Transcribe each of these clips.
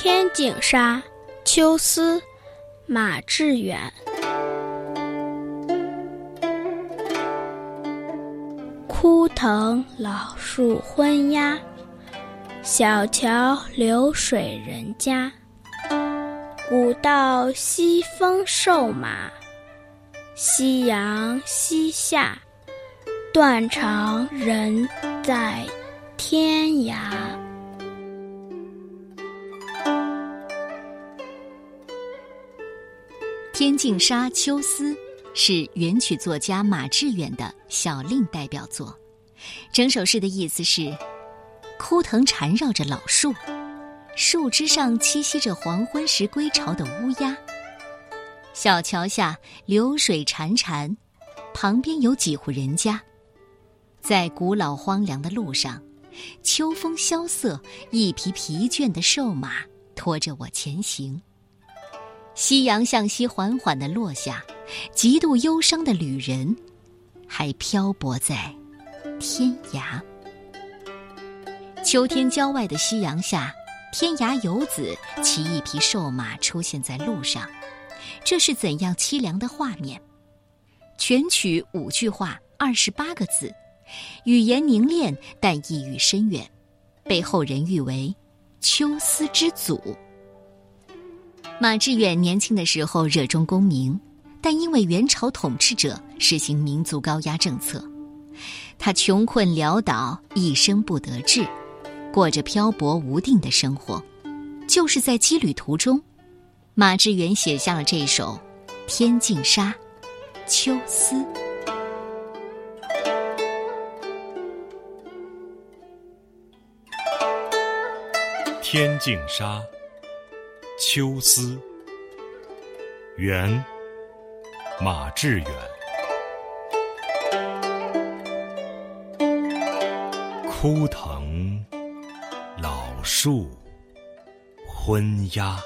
天净沙·秋思·马致远。枯藤老树昏鸦，小桥流水人家。古道西风瘦马，夕阳西下，断肠人在天涯。 天净沙·秋思是元曲作家马致远的小令代表作。整首诗的意思是：枯藤缠绕着老树，树枝上栖息着黄昏时归巢的乌鸦。小桥下流水潺潺，旁边有几户人家。在古老荒凉的路上，秋风萧瑟，一匹疲倦的瘦马拖着我前行。夕阳向西缓缓地落下，极度忧伤的旅人还漂泊在天涯。秋天郊外的夕阳下，天涯游子骑一匹瘦马出现在路上，这是怎样凄凉的画面？全曲5句话28个字，语言凝练，但意蕴深远，被后人誉为秋思之祖。马致远年轻的时候热衷功名，但因为元朝统治者实行民族高压政策，他穷困潦倒，一生不得志，过着漂泊无定的生活。就是在羁旅途中，马致远写下了这首《天净沙·秋思》。 天净沙·秋思，元·马致远。枯藤老树昏鸦，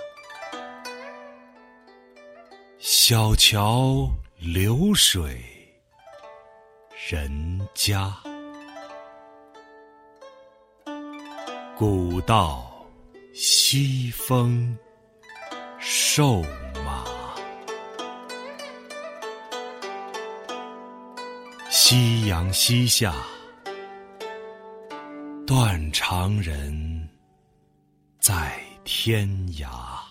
小桥流水人家。古道西风瘦马，夕阳西下，断肠人在天涯。